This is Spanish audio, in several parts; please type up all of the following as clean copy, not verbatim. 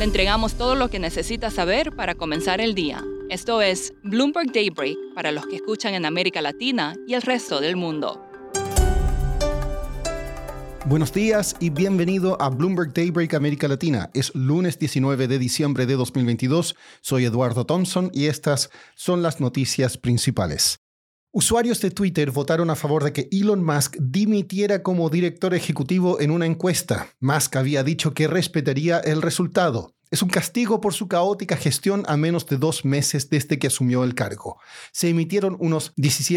Le entregamos todo lo que necesita saber para comenzar el día. Esto es Bloomberg Daybreak para los que escuchan en América Latina y el resto del mundo. Buenos días y bienvenido a Bloomberg Daybreak América Latina. Es lunes 19 de diciembre de 2022. Soy Eduardo Thompson y estas son las noticias principales. Usuarios de Twitter votaron a favor de que Elon Musk dimitiera como director ejecutivo en una encuesta. Musk había dicho que respetaría el resultado. Es un castigo por su caótica gestión a menos de 2 meses desde que asumió el cargo. Se emitieron unos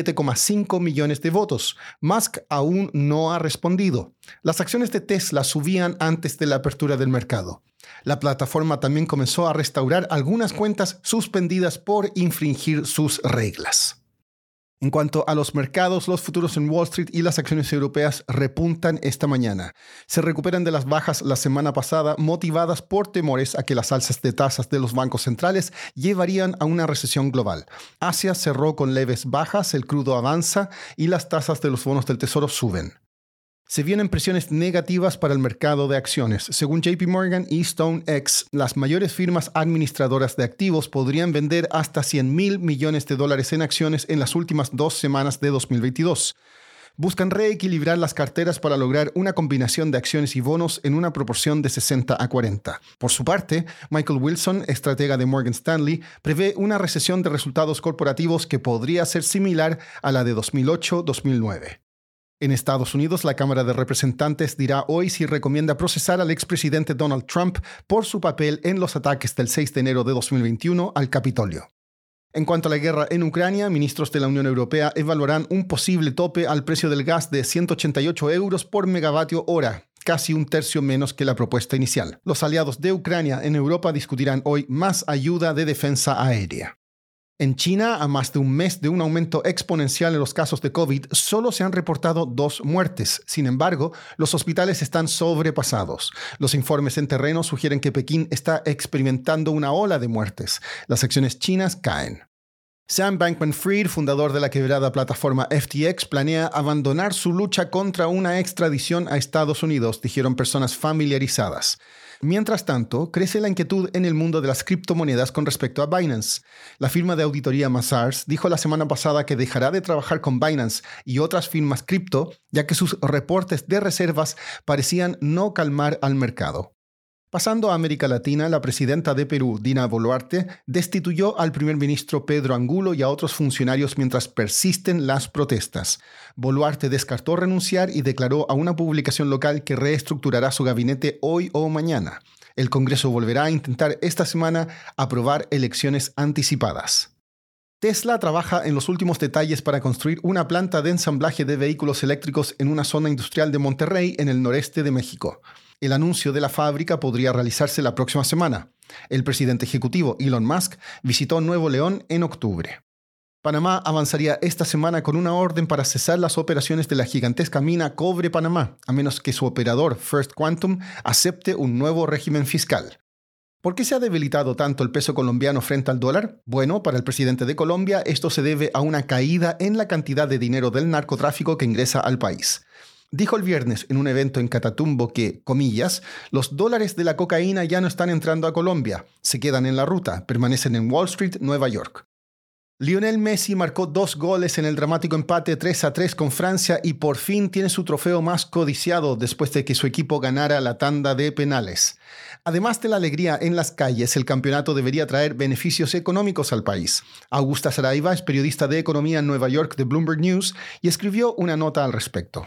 17,5 millones de votos. Musk aún no ha respondido. Las acciones de Tesla subían antes de la apertura del mercado. La plataforma también comenzó a restaurar algunas cuentas suspendidas por infringir sus reglas. En cuanto a los mercados, los futuros en Wall Street y las acciones europeas repuntan esta mañana. Se recuperan de las bajas la semana pasada, motivadas por temores a que las alzas de tasas de los bancos centrales llevarían a una recesión global. Asia cerró con leves bajas, el crudo avanza y las tasas de los bonos del tesoro suben. Se vienen presiones negativas para el mercado de acciones. Según JP Morgan y StoneX, las mayores firmas administradoras de activos podrían vender hasta $100,000 millones en acciones en las últimas 2 semanas de 2022. Buscan reequilibrar las carteras para lograr una combinación de acciones y bonos en una proporción de 60-40. Por su parte, Michael Wilson, estratega de Morgan Stanley, prevé una recesión de resultados corporativos que podría ser similar a la de 2008-2009. En Estados Unidos, la Cámara de Representantes dirá hoy si recomienda procesar al expresidente Donald Trump por su papel en los ataques del 6 de enero de 2021 al Capitolio. En cuanto a la guerra en Ucrania, ministros de la Unión Europea evaluarán un posible tope al precio del gas de 188 euros por megavatio hora, casi un tercio menos que la propuesta inicial. Los aliados de Ucrania en Europa discutirán hoy más ayuda de defensa aérea. En China, a más de un mes de un aumento exponencial en los casos de COVID, solo se han reportado 2 muertes. Sin embargo, los hospitales están sobrepasados. Los informes en terreno sugieren que Pekín está experimentando una ola de muertes. Las acciones chinas caen. Sam Bankman-Fried, fundador de la quebrada plataforma FTX, planea abandonar su lucha contra una extradición a Estados Unidos, dijeron personas familiarizadas. Mientras tanto, crece la inquietud en el mundo de las criptomonedas con respecto a Binance. La firma de auditoría Mazars dijo la semana pasada que dejará de trabajar con Binance y otras firmas cripto, ya que sus reportes de reservas parecían no calmar al mercado. Pasando a América Latina, la presidenta de Perú, Dina Boluarte, destituyó al primer ministro Pedro Angulo y a otros funcionarios mientras persisten las protestas. Boluarte descartó renunciar y declaró a una publicación local que reestructurará su gabinete hoy o mañana. El Congreso volverá a intentar esta semana aprobar elecciones anticipadas. Tesla trabaja en los últimos detalles para construir una planta de ensamblaje de vehículos eléctricos en una zona industrial de Monterrey, en el noreste de México. El anuncio de la fábrica podría realizarse la próxima semana. El presidente ejecutivo Elon Musk visitó Nuevo León en octubre. Panamá avanzaría esta semana con una orden para cesar las operaciones de la gigantesca mina Cobre Panamá, a menos que su operador First Quantum acepte un nuevo régimen fiscal. ¿Por qué se ha debilitado tanto el peso colombiano frente al dólar? Bueno, para el presidente de Colombia, esto se debe a una caída en la cantidad de dinero del narcotráfico que ingresa al país. Dijo el viernes en un evento en Catatumbo que, comillas, los dólares de la cocaína ya no están entrando a Colombia, se quedan en la ruta, permanecen en Wall Street, Nueva York. Lionel Messi marcó 2 goles en el dramático empate 3-3 con Francia y por fin tiene su trofeo más codiciado después de que su equipo ganara la tanda de penales. Además de la alegría en las calles, el campeonato debería traer beneficios económicos al país. Augusta Saraiva es periodista de economía en Nueva York de Bloomberg News y escribió una nota al respecto.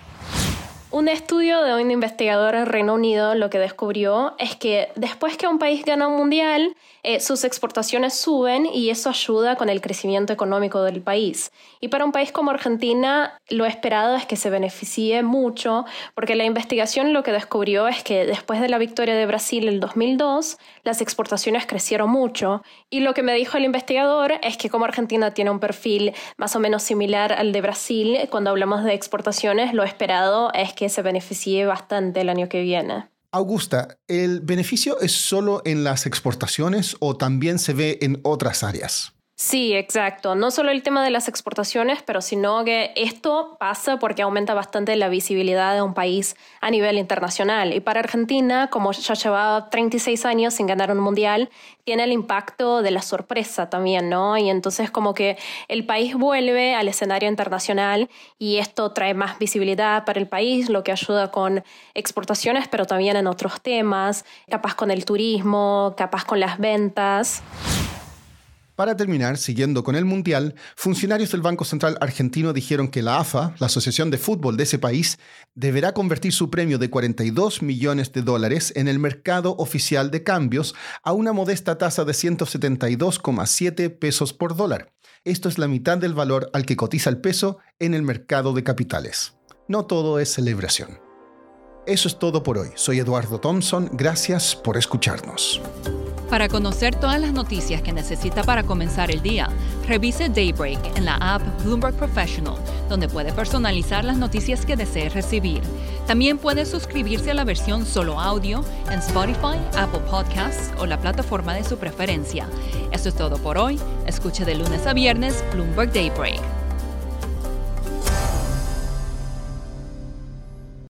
Un estudio de un investigador en Reino Unido lo que descubrió es que después que un país gana un mundial, sus exportaciones suben y eso ayuda con el crecimiento económico del país. Y para un país como Argentina, lo esperado es que se beneficie mucho, porque la investigación lo que descubrió es que después de la victoria de Brasil en el 2002, las exportaciones crecieron mucho. Y lo que me dijo el investigador es que como Argentina tiene un perfil más o menos similar al de Brasil, cuando hablamos de exportaciones, lo esperado es que se beneficie bastante el año que viene. Augusta, ¿el beneficio es solo en las exportaciones o también se ve en otras áreas? Sí, exacto. No solo el tema de las exportaciones, pero sino que esto pasa porque aumenta bastante la visibilidad de un país a nivel internacional. Y para Argentina, como ya llevaba 36 años sin ganar un mundial, tiene el impacto de la sorpresa también, ¿no? Y entonces como que el país vuelve al escenario internacional y esto trae más visibilidad para el país, lo que ayuda con exportaciones, pero también en otros temas, capaz con el turismo, capaz con las ventas. Para terminar, siguiendo con el Mundial, funcionarios del Banco Central argentino dijeron que la AFA, la Asociación de Fútbol de ese país, deberá convertir su premio de $42 millones en el mercado oficial de cambios a una modesta tasa de 172,7 pesos por dólar. Esto es la mitad del valor al que cotiza el peso en el mercado de capitales. No todo es celebración. Eso es todo por hoy. Soy Eduardo Thompson. Gracias por escucharnos. Para conocer todas las noticias que necesita para comenzar el día, revise Daybreak en la app Bloomberg Professional, donde puede personalizar las noticias que desee recibir. También puede suscribirse a la versión solo audio en Spotify, Apple Podcasts o la plataforma de su preferencia. Eso es todo por hoy. Escuche de lunes a viernes Bloomberg Daybreak.